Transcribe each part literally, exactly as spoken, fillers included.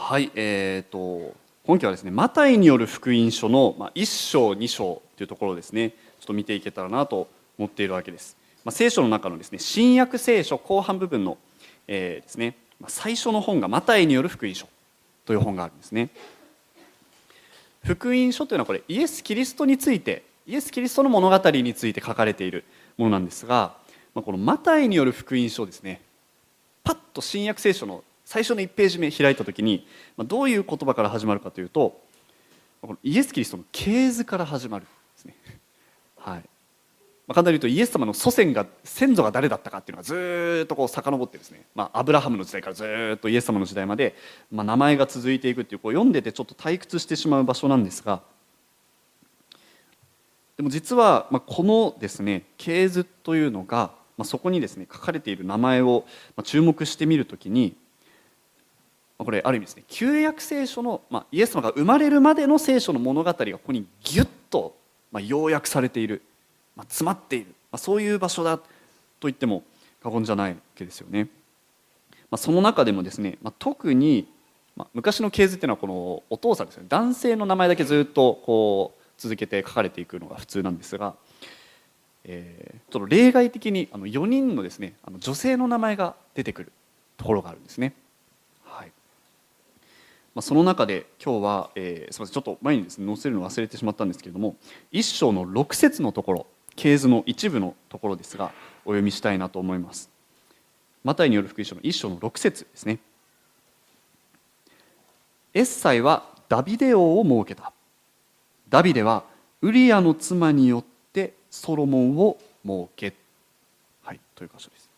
はい、えー、と今期はですねマタイによる福音書の、まあ、いっ章に章というところをですねちょっと見ていけたらなと思っているわけです。まあ、聖書の中のですね新約聖書後半部分の、えーですね、まあ、最初の本がマタイによる福音書という本があるんですね。福音書というのはこれイエス・キリストについてイエス・キリストの物語について書かれているものなんですが、まあ、このマタイによる福音書ですね、パッと新約聖書の最初のいちページ目開いた時にどういう言葉から始まるかというと、このイエス・キリストの系図から始まるんですね。はい、まあ、簡単に言うとイエス様の祖先が先祖が誰だったかっていうのがずっとこう遡ってですね、まあ、アブラハムの時代からずっとイエス様の時代まで、まあ、名前が続いていくっていう、こう読んでてちょっと退屈してしまう場所なんですが、でも実はまあこのですね系図というのが、まあ、そこにですね書かれている名前を注目してみるときに、これある意味ですね旧約聖書の、まあ、イエス様が生まれるまでの聖書の物語がここにギュッと、まあ、要約されている、まあ、詰まっている、まあ、そういう場所だと言っても過言じゃないわけですよね。まあ、その中でもですね、まあ、特に、まあ、昔の系図っていうのはこのお父さんですね、男性の名前だけずっとこう続けて書かれていくのが普通なんですが、えー、ちょっと例外的にあのよにんのですねあの女性の名前が出てくるところがあるんですね。はい、まあ、その中で今日は、えー、すみませんちょっと前にですね載せるの忘れてしまったんですけれども、いっ章のろく節のところ、系図の一部のところですがお読みしたいなと思います。マタイによる福音書のいっ章のろく節ですね。エッサイはダビデ王を設けた。ダビデはウリアの妻によってソロモンを設け、はい、という箇所です。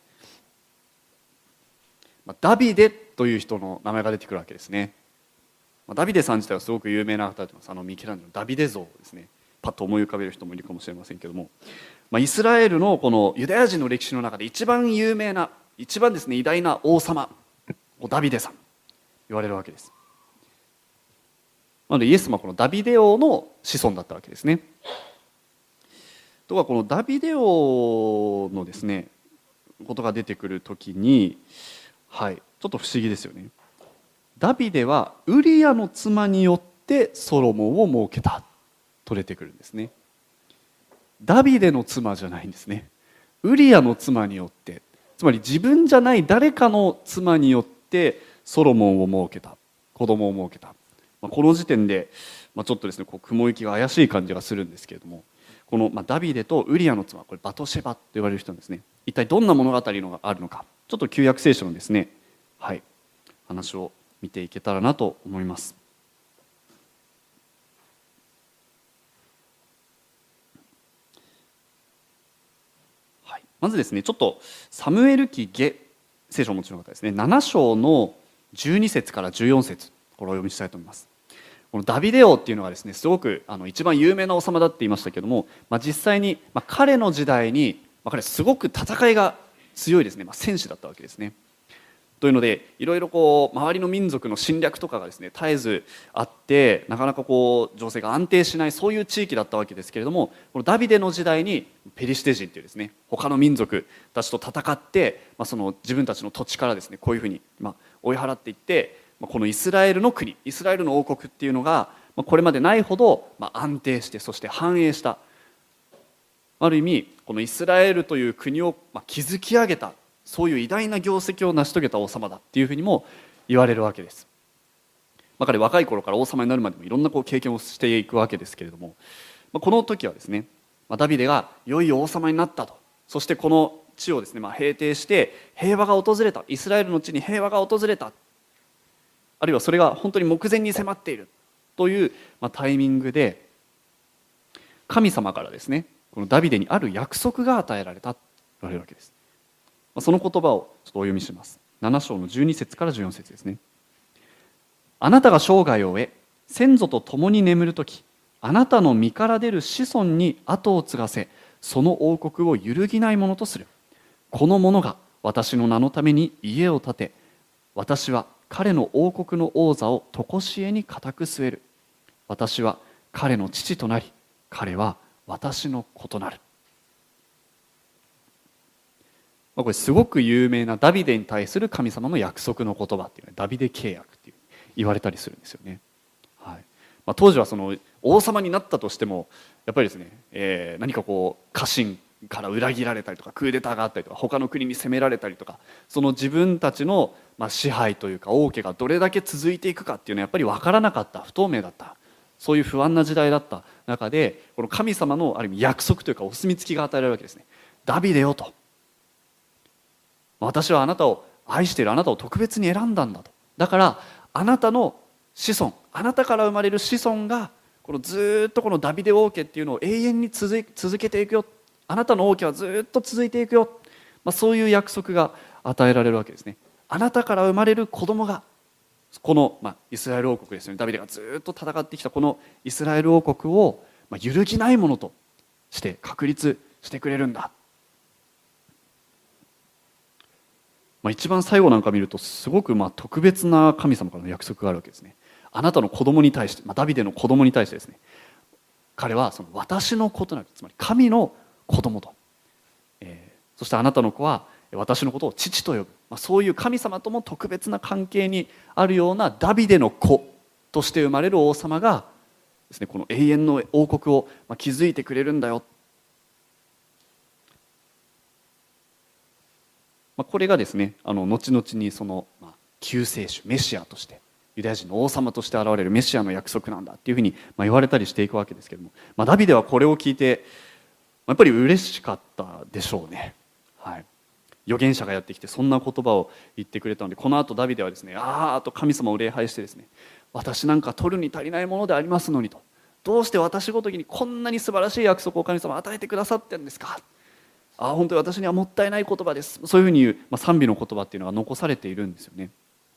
ダビデという人の名前が出てくるわけですね。ダビデさん自体はすごく有名な方です。あのミケランジェのダビデ像ですね、パッと思い浮かべる人もいるかもしれませんけども、まあ、イスラエルのこのユダヤ人の歴史の中で一番有名な一番ですね偉大な王様ダビデさん言われるわけです。なのでイエス様はこのダビデ王の子孫だったわけですね。とはこのダビデ王のですねことが出てくるときに、はい、ちょっと不思議ですよね。ダビデはウリアの妻によってソロモンを設けたと出てくるんですね。ダビデの妻じゃないんですね。ウリアの妻によって、つまり自分じゃない誰かの妻によってソロモンを設けた、子供を設けた。まあ、この時点で、まあ、ちょっとですねこう雲行きが怪しい感じがするんですけれども、この、まあ、ダビデとウリアの妻、これバトシェバと言われる人なんですね。一体どんな物語のがあるのか、ちょっと旧約聖書のですね、はい、話を見ていけたらなと思います。はい、まずですねちょっとサムエル記下、聖書をお持ちの方ですねなな章のじゅうに節からじゅうよん節、これをお読みしたいと思います。このダビデ王っていうのがですねすごくあの一番有名な王様だって言いましたけども、まあ、実際に、まあ、彼の時代に、まあ、彼すごく戦いが強いですね、まあ、戦士だったわけですね。というのでいろいろこう周りの民族の侵略とかがですね絶えずあって、なかなかこう情勢が安定しない、そういう地域だったわけですけれども、このダビデの時代にペリシテ人というですね他の民族たちと戦って、まあ、その自分たちの土地からですねこういうふうに、まあ、追い払っていって、このイスラエルの国、イスラエルの王国っていうのがこれまでないほど安定して、そして繁栄した、ある意味このイスラエルという国を築き上げた、そういう偉大な業績を成し遂げた王様だっていうふうにも言われるわけです。まあ、彼若い頃から王様になるまでもいろんなこう経験をしていくわけですけれども、まあ、この時はですね、まあ、ダビデがいよいよ王様になったと、そしてこの地をですね、まあ、平定して平和が訪れた、イスラエルの地に平和が訪れた、あるいはそれが本当に目前に迫っているという、まあ、タイミングで神様からですねこのダビデにある約束が与えられたと言われるわけです。その言葉をちょっとお読みします。なな章のじゅうに節からじゅうよん節ですね。あなたが生涯を終え先祖と共に眠るとき、あなたの身から出る子孫に後を継がせ、その王国を揺るぎないものとする。この者が私の名のために家を建て、私は彼の王国の王座を常しえに固く据える。私は彼の父となり、彼は私の子となる。これすごく有名なダビデに対する神様の約束の言葉っていう、ダビデ契約っていう言われたりするんですよね。はい、まあ、当時はその王様になったとしてもやっぱりですね、えー、何かこう家臣から裏切られたりとかクーデターがあったりとか他の国に攻められたりとか、その自分たちのまあ支配というか王家がどれだけ続いていくかっていうのはやっぱり分からなかった、不透明だった、そういう不安な時代だった中で、この神様のある意味約束というかお墨付きが与えられるわけですね。ダビデよと、私はあなたを愛している、あなたを特別に選んだんだと。だからあなたの子孫、あなたから生まれる子孫がこのずっとこのダビデ王家っていうのを永遠に続けていくよ、あなたの王家はずっと続いていくよ、まあ、そういう約束が与えられるわけですね。あなたから生まれる子供がこの、まあ、イスラエル王国ですよね。ダビデがずっと戦ってきたこのイスラエル王国を、まあ、揺るぎないものとして確立してくれるんだ。まあ、一番最後なんか見るとすごくまあ特別な神様からの約束があるわけですね。あなたの子供に対して、まあ、ダビデの子供に対してですね、彼はその私の子となる、つまり神の子供と、えー、そしてあなたの子は私のことを父と呼ぶ、まあ、そういう神様とも特別な関係にあるようなダビデの子として生まれる王様がですね、この永遠の王国を築いてくれるんだよ。まあ、これがですね、あの後々にその、まあ、救世主メシアとしてユダヤ人の王様として現れるメシアの約束なんだっていうふうにまあ言われたりしていくわけですけれども、まあ、ダビデはこれを聞いてやっぱり嬉しかったでしょうね。はい、預言者がやってきてそんな言葉を言ってくれたので、この後ダビデはですね、ああと神様を礼拝してですね、私なんか取るに足りないものでありますのにと、どうして私ごときにこんなに素晴らしい約束を神様与えてくださってるんですか、ああ本当に私にはもったいない言葉です、そういうふうに言う、まあ、賛美の言葉っていうのが残されているんですよね。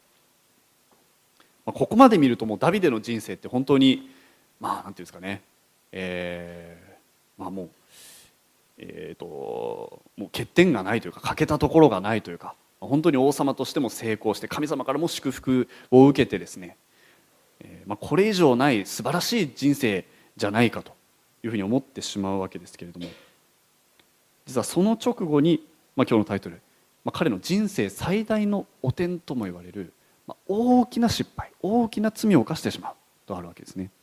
まあ、ここまで見るともうダビデの人生って本当にまあなんていうんですかね、えー、まあもうえー、ともう欠点がないというか欠けたところがないというか、本当に王様としても成功して神様からも祝福を受けてですね、えーまあ、これ以上ない素晴らしい人生じゃないかというふうに思ってしまうわけですけれども、実はその直後に、まあ、今日のタイトル、まあ、彼の人生最大の汚点とも言われる、まあ、大きな失敗、大きな罪を犯してしまうとあるわけですね。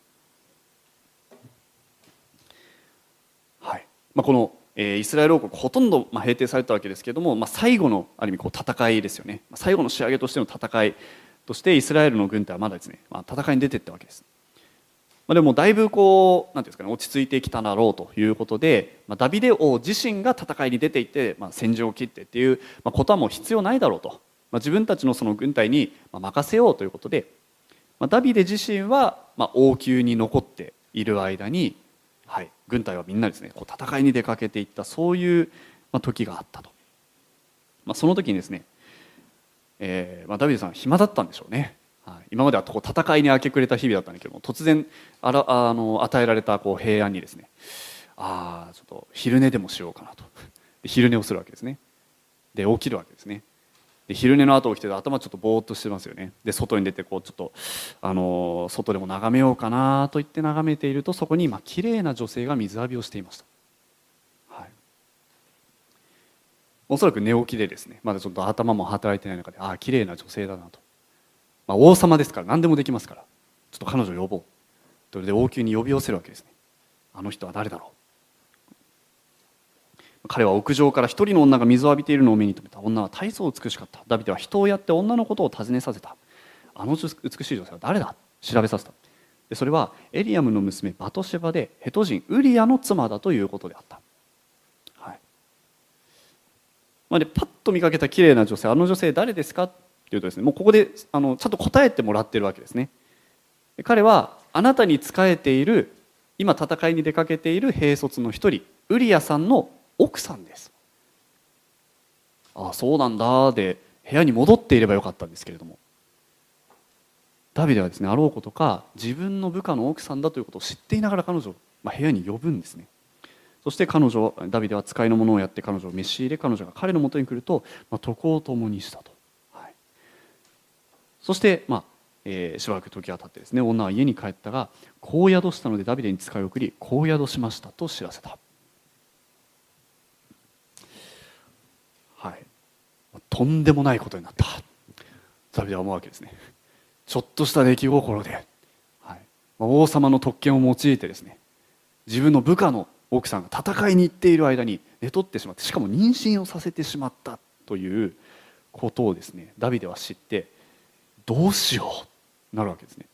まあ、この、えー、イスラエル王国ほとんど、まあ、平定されたわけですけれども、まあ、最後のある意味こう戦いですよね。最後の仕上げとしての戦いとしてイスラエルの軍隊はまだですね、まあ、戦いに出ていったわけです。まあ、でもだいぶこうなんていうんですかね、落ち着いてきただろうということで、まあ、ダビデ王自身が戦いに出ていって、まあ、戦場を切ってっていう、まあ、ことはもう必要ないだろうと、まあ、自分たちのその軍隊に任せようということで、まあ、ダビデ自身はまあ王宮に残っている間に、はい、軍隊はみんなですねこう戦いに出かけていった、そういう時があったと。まあ、その時にですね、えーまあ、ダビデさんは暇だったんでしょうね。はい、今まではこう戦いに明け暮れた日々だったんだけども、突然あらあの与えられたこう平安にですね、ああちょっと昼寝でもしようかなとで昼寝をするわけですね。で起きるわけですね。で昼寝の後起きて頭ちょっとぼーっとしてますよね。で外に出てこうちょっとあの外でも眺めようかなと言って眺めていると、そこに今綺麗な女性が水浴びをしていました。はい、おそらく寝起きでですね、まだちょっと頭も働いてない中で、ああ綺麗な女性だなと、まあ、王様ですから何でもできますから、ちょっと彼女を呼ぼう、それで王宮に呼び寄せるわけですね。あの人は誰だろう。彼は屋上から一人の女が水を浴びているのを目に留めた。女は大層美しかった。ダビデは人をやって女のことを尋ねさせた。あの美しい女性は誰だ、調べさせた。でそれはエリアムの娘バトシェバでヘト人ウリアの妻だということであった。はい、まあ、でパッと見かけた綺麗な女性、あの女性誰ですかっていうとですね、もうここであのちゃんと答えてもらってるわけですね。彼はあなたに仕えている、今戦いに出かけている兵卒の一人ウリアさんの奥さんです。ああそうなんだで部屋に戻っていればよかったんですけれども、ダビデはですね、あろうことか自分の部下の奥さんだということを知っていながら彼女を、まあ、部屋に呼ぶんですね。そして彼女ダビデは使いの者をやって彼女を召し入れ、彼女が彼のもとに来ると、まあ、床を共にしたと。はい、そして、まあえー、しばらく時が経ってですね、女は家に帰ったが子を宿したのでダビデに使いを送り、子を宿しましたと知らせた。はい、とんでもないことになった、ダビデは思うわけですね。 ちょっとした出来心で、はい、王様の特権を用いてですね、自分の部下の奥さんが戦いに行っている間に寝取ってしまって、しかも妊娠をさせてしまったということをですね、ダビデは知って、どうしようなるわけですね。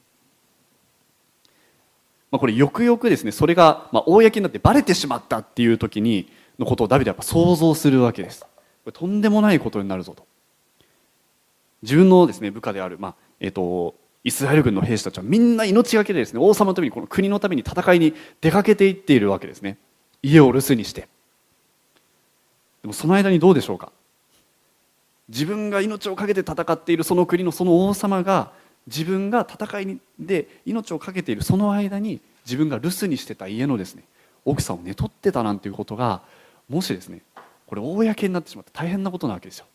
まあ、これよくよくですね、それがまあ公になってバレてしまったっていう時にのことをダビデはやっぱ想像するわけです。これとんでもないことになるぞと。自分のですね部下である、まあえー、とイスラエル軍の兵士たちはみんな命がけでですね、王様のために、この国のために戦いに出かけていっているわけですね。家を留守にして。でもその間にどうでしょうか。自分が命を懸けて戦っているその国のその王様が、自分が戦いで命を懸けているその間に、自分が留守にしてた家のですね奥さんを寝取ってたなんていうことが、もしですねこれ公になってしまって大変なことなわけですよ。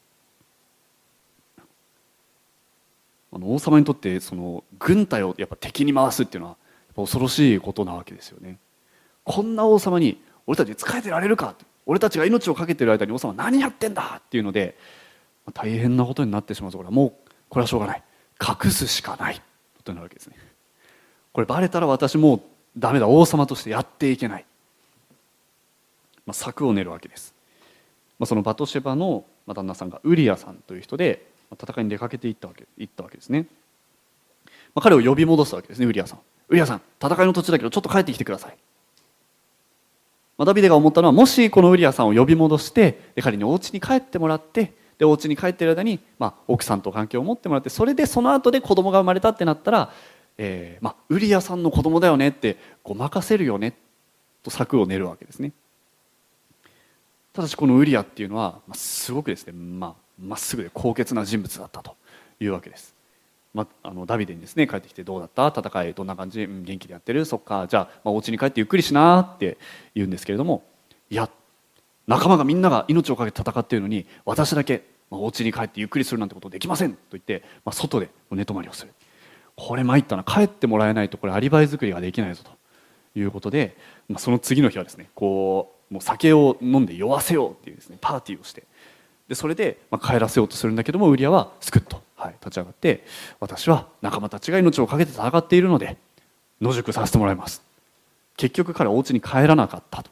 あの王様にとってその軍隊をやっぱ敵に回すっていうのはやっぱ恐ろしいことなわけですよね。こんな王様に俺たちに仕えてられるか、俺たちが命を懸けている間に王様何やってんだっていうので、大変なことになってしまうところは、もうこれはしょうがない、隠すしかないことになるわけですね。これバレたら私もうダメだ、王様としてやっていけない、まあ、策を練るわけです。まあ、そのバトシェバの旦那さんがウリアさんという人で、戦いに出かけていったわけ、行ったわけですね。まあ、彼を呼び戻すわけですね、ウリアさん。ウリアさん、戦いの途中だけどちょっと帰ってきてください。まあ、ダビデが思ったのは、もしこのウリアさんを呼び戻して、で彼にお家に帰ってもらって、でお家に帰っている間に、まあ、奥さんと関係を持ってもらって、それでその後で子供が生まれたってなったら、えーまあ、ウリアさんの子供だよねってごまかせるよねと策を練るわけですね。ただしこのウリアっていうのは、まあ、すごくですね、まあ、まっすぐで高潔な人物だったというわけです。まあ、あのダビデにですね帰ってきて、どうだった戦い、どんな感じ、うん、元気でやってる、そっか、じゃあ、まあ、お家に帰ってゆっくりしなって言うんですけれども、いや、仲間がみんなが命を懸けて戦っているのに、私だけ、まあ、お家に帰ってゆっくりするなんてことできませんと言って、まあ、外で寝泊まりをする。これ参ったな、帰ってもらえないとこれアリバイ作りができないぞということで、まあ、その次の日はですね、こうもう酒を飲んで酔わせようっていうですねパーティーをして、でそれでまあ帰らせようとするんだけども、ウリアはスクッと、はい、立ち上がって、私は仲間たちが命を懸けて戦っているので野宿させてもらいます。結局彼はお家に帰らなかったと。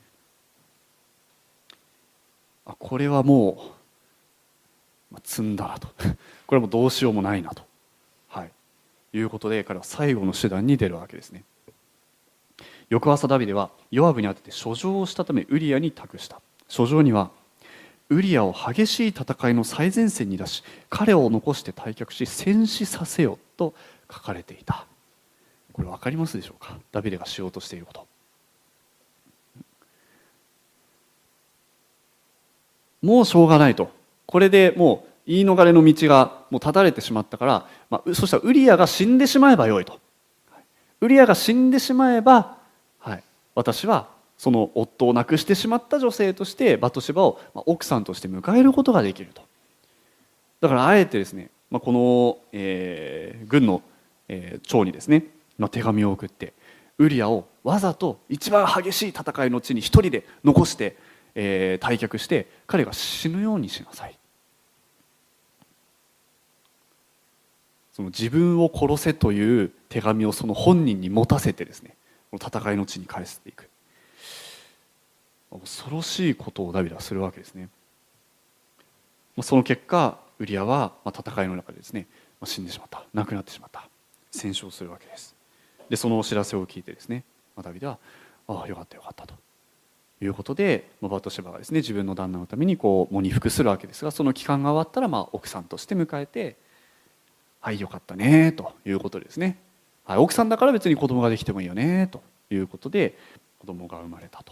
あ、これはもう、まあ、積んだなとこれはもうどうしようもないなと、はい、いうことで彼は最後の手段に出るわけですね。翌朝ダビデはヨアブに宛てて書状をしたためウリアに託した。書状には、ウリアを激しい戦いの最前線に出し、彼を残して退却し戦死させよと書かれていた。これ分かりますでしょうか。ダビデがしようとしていること、もうしょうがないと、これでもう言い逃れの道がもう断たれてしまったから、まあ、そしたらウリアが死んでしまえばよいと。ウリアが死んでしまえば、はい、私はその夫を亡くしてしまった女性としてバトシェバを奥さんとして迎えることができると。だからあえてですね、まあ、この、えー、軍の、えー、長にですね、まあ、手紙を送って、ウリアをわざと一番激しい戦いの地に一人で残して、えー、退却して、彼が死ぬようにしなさい。その自分を殺せという手紙をその本人に持たせてですね、この戦いの地に返していく。恐ろしいことをダビデはするわけですね。その結果ウリアは戦いの中でですね死んでしまった、亡くなってしまった、戦死するわけです。でそのお知らせを聞いてですね、ダビデはああよかったよかったということで、バトシェバがですね自分の旦那のためにこう喪に服するわけですが、その期間が終わったらまあ奥さんとして迎えて、はいよかったねということでですね、はい、奥さんだから別に子供ができてもいいよねということで子供が生まれたと。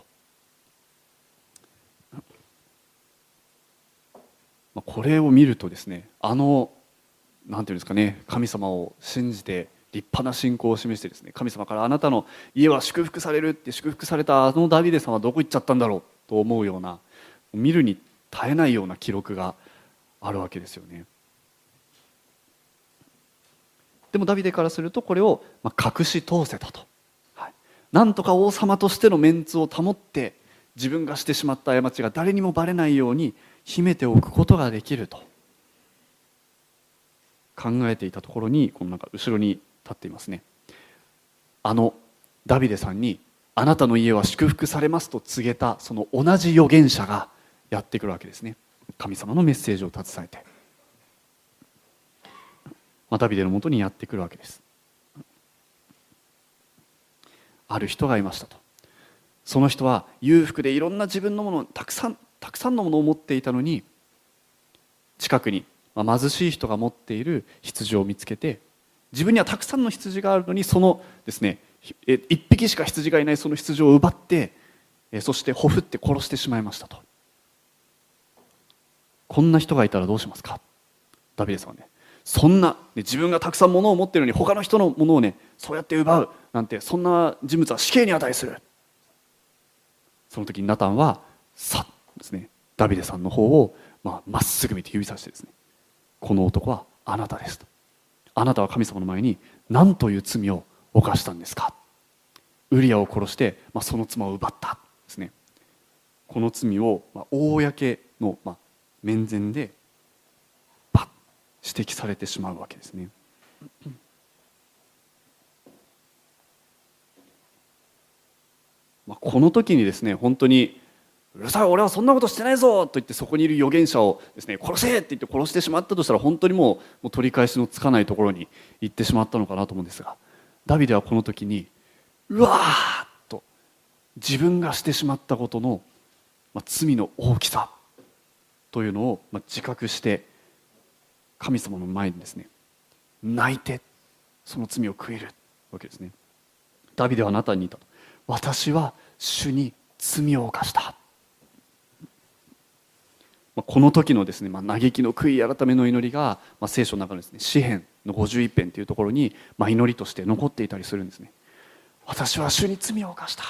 これを見るとですね、あのなんていうんですかね、神様を信じて立派な信仰を示してですね、神様からあなたの家は祝福されるって祝福されたあのダビデさんはどこ行っちゃったんだろうと思うような、見るに耐えないような記録があるわけですよね。でもダビデからするとこれを隠し通せたと、はい、なんとか王様としてのメンツを保って自分がしてしまった過ちが誰にもバレないように秘めておくことができると。 考えていたところに、このなんか後ろに立っていますね。あのダビデさんにあなたの家は祝福されますと告げたその同じ預言者がやってくるわけですね。神様のメッセージを携えて、まあ、ダビデのもとにやってくるわけです。ある人がいましたと。その人は裕福でいろんな自分のものたくさんたくさんのものを持っていたのに、近くに貧しい人が持っている羊を見つけて、自分にはたくさんの羊があるのに、そのですね一匹しか羊がいないその羊を奪って、そしてほふって殺してしまいましたと。こんな人がいたらどうしますか。ダビデさんはね、そんな自分がたくさん物を持っているのに他の人のものをねそうやって奪うなんて、そんな人物は死刑に値する。その時にナタンはさっですね、ダビデさんの方をまあ、っすぐ見て指さしてですね、この男はあなたですと。あなたは神様の前に何という罪を犯したんですか。ウリアを殺して、まあ、その妻を奪ったですね。この罪を、まあ、公の、まあ、面前でパッ指摘されてしまうわけですね。まあ、この時にですね、本当にうるさい、俺はそんなことしてないぞと言って、そこにいる預言者をですね殺せって言って殺してしまったとしたら、本当にもう、もう取り返しのつかないところに行ってしまったのかなと思うんですが、ダビデはこの時にうわーっと自分がしてしまったことの、まあ、罪の大きさというのを、まあ、自覚して、神様の前にですね泣いてその罪を悔いるわけですね。ダビデはナタンに言ったと。私は主に罪を犯した。この時のですね、まあ、嘆きの悔い改めの祈りが、まあ、聖書の中のですね詩編のごじゅういち編というところに、まあ、祈りとして残っていたりするんですね。私は主に罪を犯した。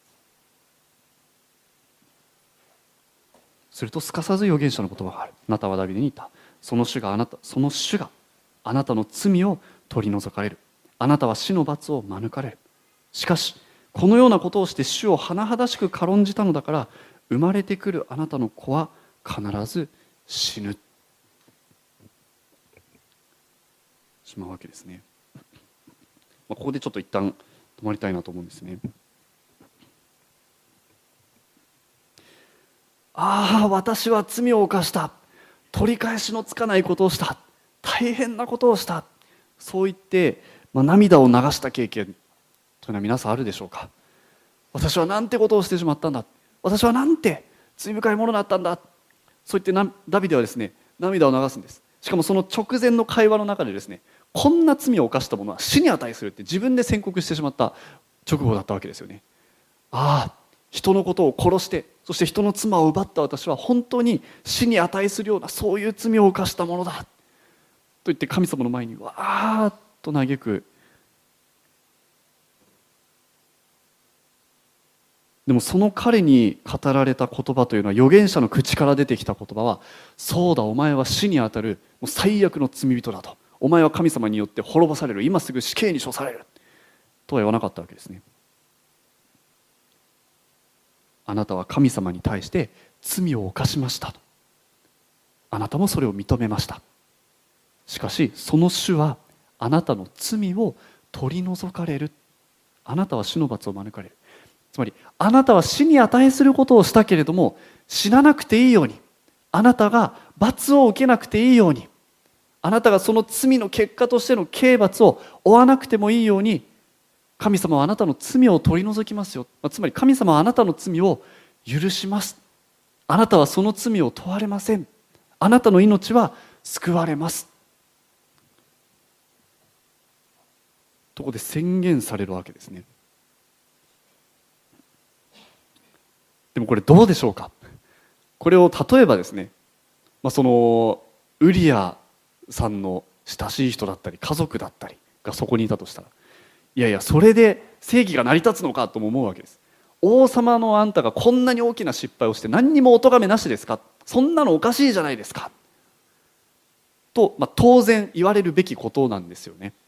するとすかさず預言者の言葉がある。ナタンはダビデに言った。その主があなたその主があなたの罪を取り除かれる。あなたは死の罰を免れる。しかしこのようなことをして主を甚だしく軽んじたのだから、生まれてくるあなたの子は必ず死ぬしまうわけですね。ここでちょっと一旦止まりたいなと思うんですね。ああ、私は罪を犯した、取り返しのつかないことをした、大変なことをした、そう言って、まあ、涙を流した経験というのは皆さんあるでしょうか。私はなんてことをしてしまったんだ、私はなんて罪深いものだったんだ、そう言ってなダビデはですね涙を流すんです。しかもその直前の会話の中でですね、こんな罪を犯した者は死に値するって自分で宣告してしまった直後だったわけですよね。ああ、人のことを殺して、そして人の妻を奪った私は本当に死に値するようなそういう罪を犯したものだと言って、神様の前にわーっと嘆く。でもその彼に語られた言葉というのは、預言者の口から出てきた言葉は、そうだ、お前は死にあたるもう最悪の罪人だと、お前は神様によって滅ぼされる、今すぐ死刑に処されるとは言わなかったわけですね。あなたは神様に対して罪を犯しましたと、あなたもそれを認めました。しかしその主はあなたの罪を取り除かれる。あなたは死の罰を免れる。つまりあなたは死に値することをしたけれども、死ななくていいように、あなたが罰を受けなくていいように、あなたがその罪の結果としての刑罰を負わなくてもいいように、神様はあなたの罪を取り除きますよ。つまり神様はあなたの罪を許します。あなたはその罪を問われません。あなたの命は救われます。とここで宣言されるわけですね。でもこれどうでしょうか。これを例えばですね、まあ、そのウリアさんの親しい人だったり家族だったりがそこにいたとしたら、いやいやそれで正義が成り立つのかとも思うわけです。王様のあんたがこんなに大きな失敗をして何にもお咎めなしですか、そんなのおかしいじゃないですかと、まあ、当然言われるべきことなんですよね。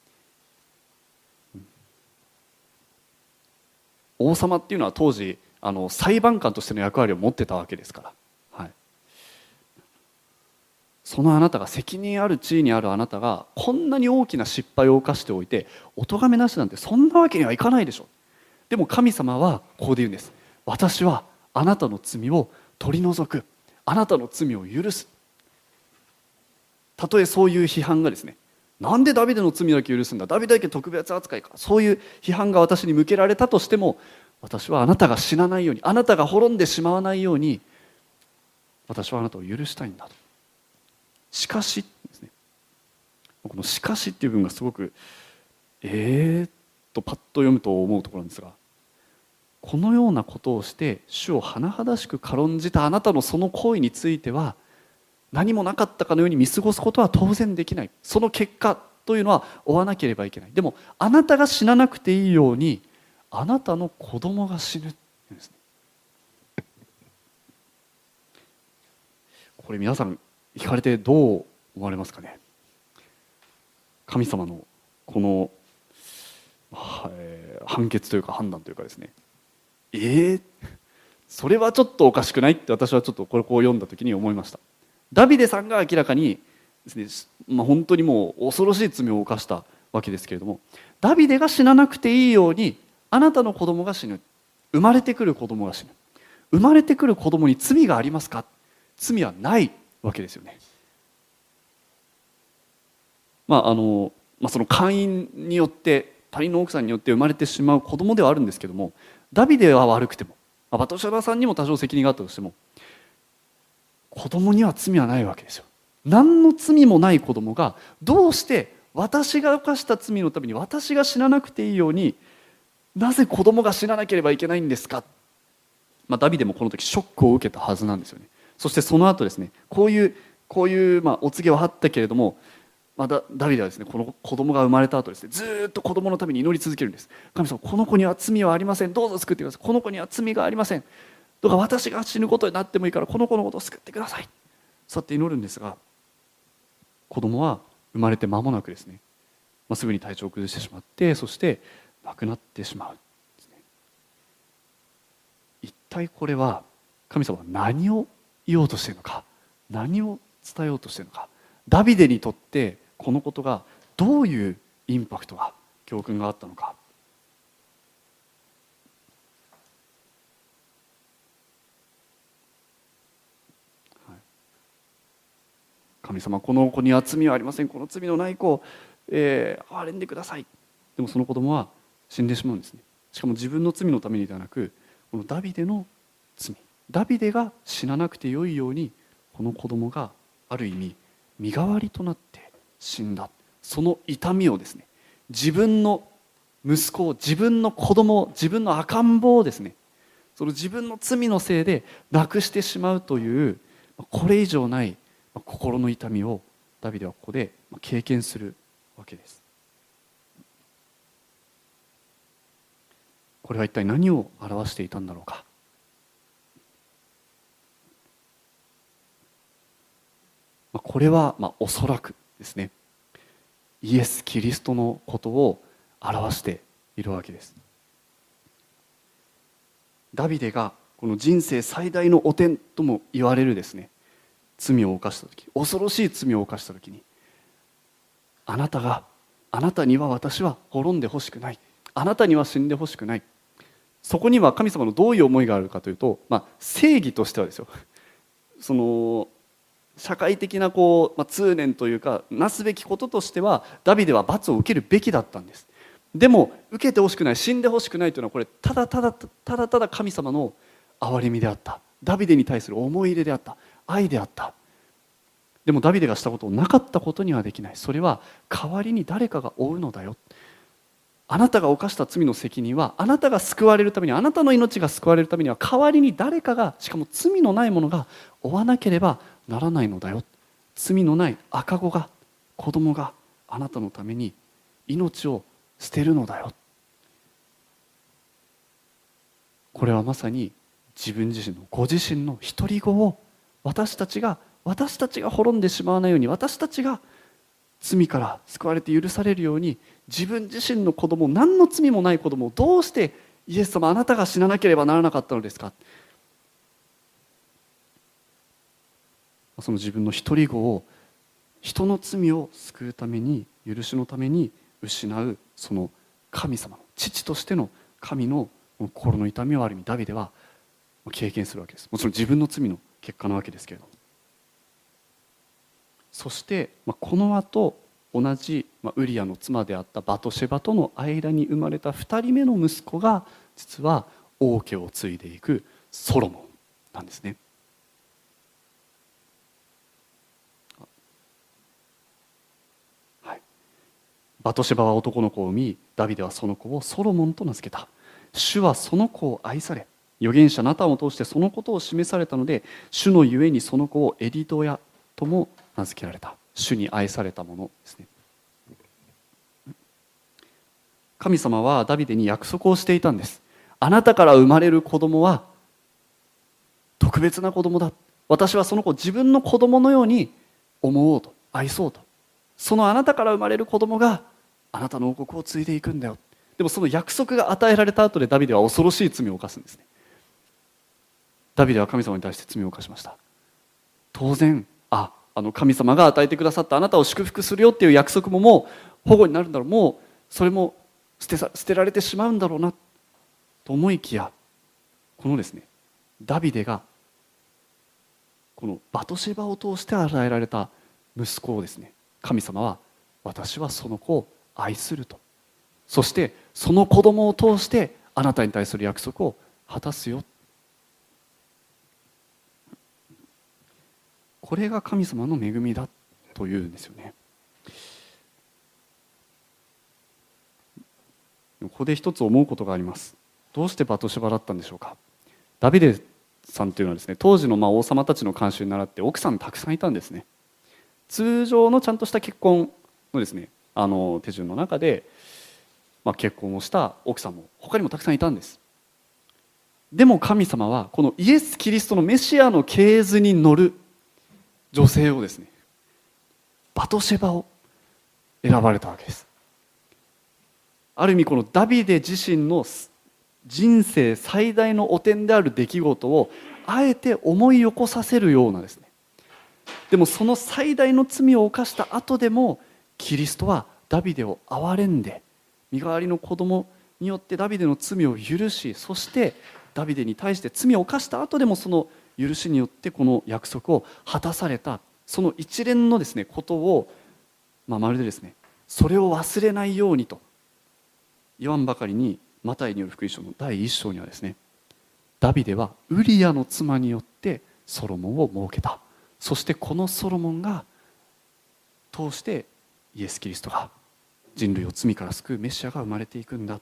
王様っていうのは当時あの裁判官としての役割を持ってたわけですから、はい、 そのあなたが、責任ある地位にあるあなたがこんなに大きな失敗を犯しておいてお咎めなしなんてそんなわけにはいかないでしょ。でも神様はこうで言うんです。私はあなたの罪を取り除く、あなたの罪を許す。たとえそういう批判がですね、なんでダビデの罪だけ許すんだ、ダビデだけ特別扱いか、そういう批判が私に向けられたとしても、私はあなたが死なないように、あなたが滅んでしまわないように、私はあなたを許したいんだと。しかしですね、このしかしっていう部分がすごくえーっとパッと読むと思うところなんですが、このようなことをして主を甚だしく軽んじたあなたのその行為については、何もなかったかのように見過ごすことは当然できない。その結果というのは負わなければいけない。でもあなたが死ななくていいようにあなたの子供が死ぬっていうんですね。これ皆さん聞かれてどう思われますかね。神様のこの、えー判決というか判断というかですね、えー、それはちょっとおかしくないって私はちょっとこれこう読んだ時に思いました。ダビデさんが明らかにですね、まあ、本当にもう恐ろしい罪を犯したわけですけれども、ダビデが死ななくていいようにあなたの子供が死ぬ、生まれてくる子供が死ぬ。生まれてくる子供に罪がありますか。罪はないわけですよね。まああのまあ、その姦淫によって他人の奥さんによって生まれてしまう子供ではあるんですけども、ダビデは悪くても、まあ、バトシャバさんにも多少責任があったとしても子供には罪はないわけですよ。何の罪もない子供がどうして私が犯した罪のために私が死ななくていいようになぜ子供が死ななければいけないんですか。まあ、ダビデもこの時ショックを受けたはずなんですよね。そしてその後ですね、こういうこういうまあお告げはあったけれども、まあ、ダダビデはですね、この子供が生まれた後ですね、ずーっと子供のために祈り続けるんです。神様、この子には罪はありません、どうぞ救ってください。この子には罪がありません、どうか私が死ぬことになってもいいからこの子のことを救ってください。そうやって祈るんですが、子供は生まれて間もなくですね、まあ、すぐに体調を崩してしまって、そして亡くなってしまうですね。一体これは神様は何を言おうとしているのか、何を伝えようとしているのか。ダビデにとってこのことがどういうインパクトが、教訓があったのか。神様、この子には罪はありません、この罪のない子を、えー、憐れんでください。でもその子供は死んでしまうんですね。しかも自分の罪のためにではなく、このダビデの罪、ダビデが死ななくてよいようにこの子供がある意味身代わりとなって死んだ。その痛みをですね、自分の息子を、自分の子供を、自分の赤ん坊をですね、その自分の罪のせいで亡くしてしまうという、これ以上ない心の痛みをダビデはここで経験するわけです。これは一体何を表していたんだろうか。これはまあおそらくですね、イエス・キリストのことを表しているわけです。ダビデがこの人生最大の汚点とも言われるですね、罪を犯した時、恐ろしい罪を犯した時に、あなたがあなたには私は滅んでほしくない、あなたには死んでほしくない。そこには神様のどういう思いがあるかというと、まあ、正義としてはですよ、その社会的なこう、まあ、通念というかなすべきこととしてはダビデは罰を受けるべきだったんです。でも受けてほしくない、死んでほしくないというのは、これただただただただ神様の憐れみであった、ダビデに対する思い入れであった、愛であった。でもダビデがしたことをなかったことにはできない。それは代わりに誰かが負うのだよ。あなたが犯した罪の責任は、あなたが救われるために、あなたの命が救われるためには代わりに誰かが、しかも罪のない者が負わなければならないのだよ。罪のない赤子が、子供があなたのために命を捨てるのだよ。これはまさに自分自身の、ご自身の独り子を私たちが私たちが滅んでしまわないように、私たちが罪から救われて許されるように、自分自身の子供、何の罪もない子供をどうしてイエス様あなたが死ななければならなかったのですか。その自分の独り子を人の罪を救うために、許しのために失うその神様の父としての神の心の痛みをある意味ダビデは経験するわけです。もちろん自分の罪の結果なわけですけれども、そしてこの後同じウリアの妻であったバトシェバとの間に生まれたふたりめの息子が実は王家を継いでいくソロモンなんですね。はい、バトシェバは男の子を産み、ダビデはその子をソロモンと名付けた。主はその子を愛され、預言者ナタンを通してそのことを示されたので、主のゆえにその子をエリドヤとも名付けられた。主に愛されたものですね。神様はダビデに約束をしていたんです。あなたから生まれる子供は特別な子供だ。私はその子を自分の子供のように思おうと、愛そうと。そのあなたから生まれる子供があなたの王国を継いでいくんだよ。でもその約束が与えられた後でダビデは恐ろしい罪を犯すんですね。ダビデは神様に対して罪を犯しました。当然、あ、あの神様が与えてくださったあなたを祝福するよっていう約束ももう保護になるんだろう、もうそれも捨てさ、捨てられてしまうんだろうなと思いきや、このですね、ダビデがこのバトシェバを通して与えられた息子をですね、神様は私はその子を愛すると、そしてその子供を通してあなたに対する約束を果たすよ、これが神様の恵みだというんですよね。ここで一つ思うことがあります。どうしてバトシェバだったんでしょうか。ダビデさんというのはですね、当時のまあ王様たちの慣習に倣って奥さんたくさんいたんですね。通常のちゃんとした結婚のですね、あの手順の中で、まあ、結婚をした奥さんも他にもたくさんいたんです。でも神様はこのイエス・キリストのメシアの系図に乗る女性をですね、バトシェバを選ばれたわけです。ある意味このダビデ自身の人生最大の汚点である出来事をあえて思い起こさせるようなですね、でもその最大の罪を犯した後でもキリストはダビデを憐れんで、身代わりの子供によってダビデの罪を許し、そしてダビデに対して罪を犯した後でもその許しによってこの約束を果たされた、その一連のですねことを、まあ、まるでですねそれを忘れないようにと言わんばかりに、マタイによる福音書のだいいっ章にはですね、ダビデはウリアの妻によってソロモンを設けた。そしてこのソロモンが通してイエス・キリストが人類を罪から救うメシアが生まれていくんだ。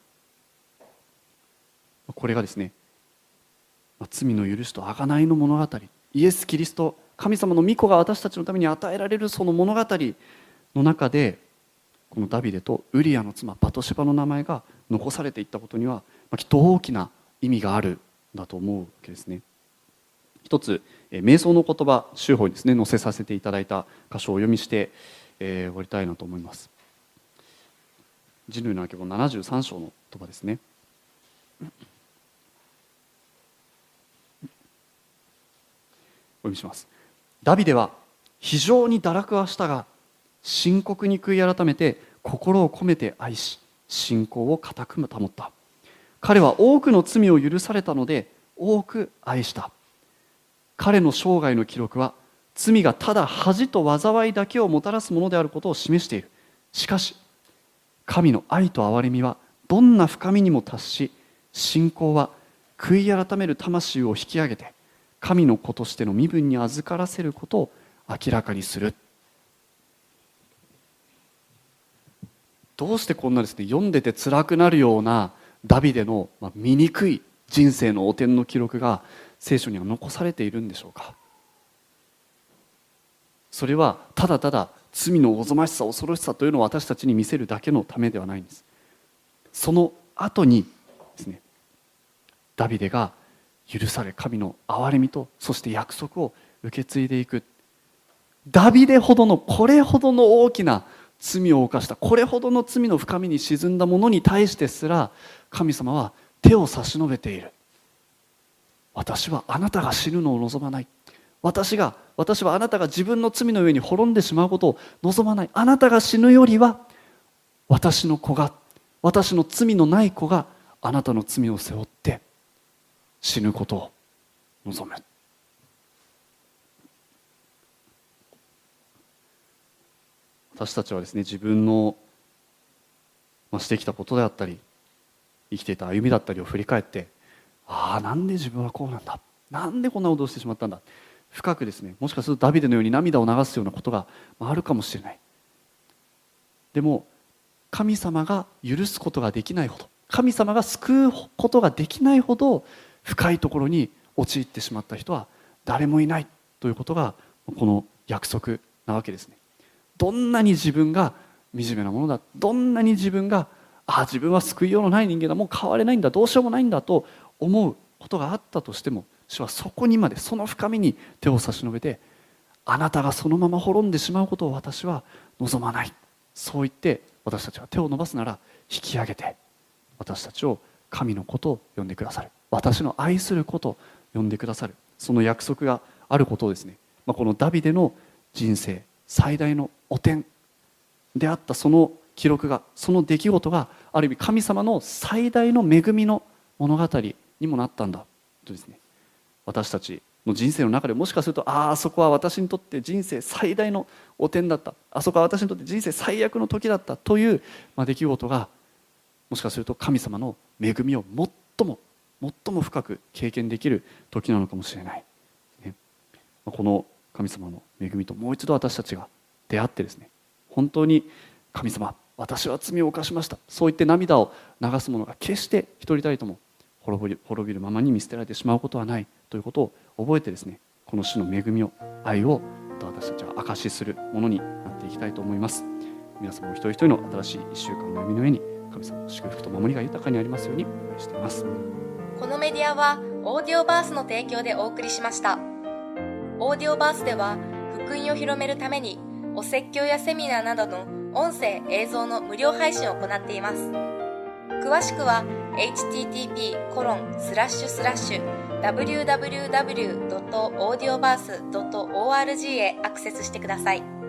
これがですね、罪の許しと贖いの物語、イエス・キリスト、神様の御子が私たちのために与えられるその物語の中で、このダビデとウリアの妻バトシェバの名前が残されていったことには、まあ、きっと大きな意味があるんだと思うわけですね。一つ、えー、瞑想の言葉週報にですね載せさせていただいた箇所をお読みして、えー、終わりたいなと思います。人類の曙ななじゅうさん章の言葉ですね。お読みします。ダビデは非常に堕落はしたが、深刻に悔い改めて心を込めて愛し、信仰を固く保った。彼は多くの罪を許されたので多く愛した。彼の生涯の記録は罪がただ恥と災いだけをもたらすものであることを示している。しかし神の愛と憐れみはどんな深みにも達し、信仰は悔い改める魂を引き上げて神の子としての身分に預からせることを明らかにする。どうしてこんなですね、読んでて辛くなるようなダビデの醜い人生の汚点の記録が聖書には残されているんでしょうか。それはただただ罪のおぞましさ、恐ろしさというのを私たちに見せるだけのためではないんです。その後にですね、ダビデが許され神の憐れみとそして約束を受け継いでいく。ダビデほどのこれほどの大きな罪を犯した、これほどの罪の深みに沈んだ者に対してすら神様は手を差し伸べている。私はあなたが死ぬのを望まない。 私が私はあなたが自分の罪の上に滅んでしまうことを望まない。あなたが死ぬよりは私の子が、私の罪のない子があなたの罪を背負って死ぬことを望む。私たちはですね、自分の、まあ、してきたことであったり生きていた歩みだったりを振り返って、ああなんで自分はこうなんだ、なんでこんなことをしてしまったんだ、深くですね、もしかするとダビデのように涙を流すようなことがあるかもしれない。でも神様が許すことができないほど、神様が救うことができないほど深いところに陥ってしまった人は誰もいないということがこの約束なわけですね。どんなに自分が惨めなものだ、どんなに自分がああ自分は救いようのない人間だ、もう変われないんだ、どうしようもないんだと思うことがあったとしても、主はそこにまで、その深みに手を差し伸べて、あなたがそのまま滅んでしまうことを私は望まない、そう言って私たちは手を伸ばすなら引き上げて私たちを神の子と呼んでくださる、私の愛する子と呼んでくださる、その約束があることをですね、まあ、このダビデの人生最大の汚点であったその記録が、その出来事がある意味神様の最大の恵みの物語にもなったんだとですね、私たちの人生の中でもしかすると、あああそこは私にとって人生最大の汚点だった、あそこは私にとって人生最悪の時だったという、まあ、出来事がもしかすると神様の恵みを最も最も深く経験できる時なのかもしれない、ね、この神様の恵みともう一度私たちが出会ってですね、本当に神様私は罪を犯しました、そう言って涙を流す者が決して一人たりとも滅びる、滅びるままに見捨てられてしまうことはないということを覚えてですね、この主の恵みを、愛を私たちは証しするものになっていきたいと思います。皆様お一人一人の新しいいっしゅうかんの歩みの上に神様の祝福と守りが豊かにありますようにお願いしています。 このメディアはオーディオバースの提供でお送りしました。オーディオバースでは福音を広めるためにお説教やセミナーなどの音声映像の無料配信を行っています。詳しくは エイチティーティーピーコロンスラッシュスラッシュダブリューダブリューダブリュードットオーディオバースドットオーアールジー へアクセスしてください。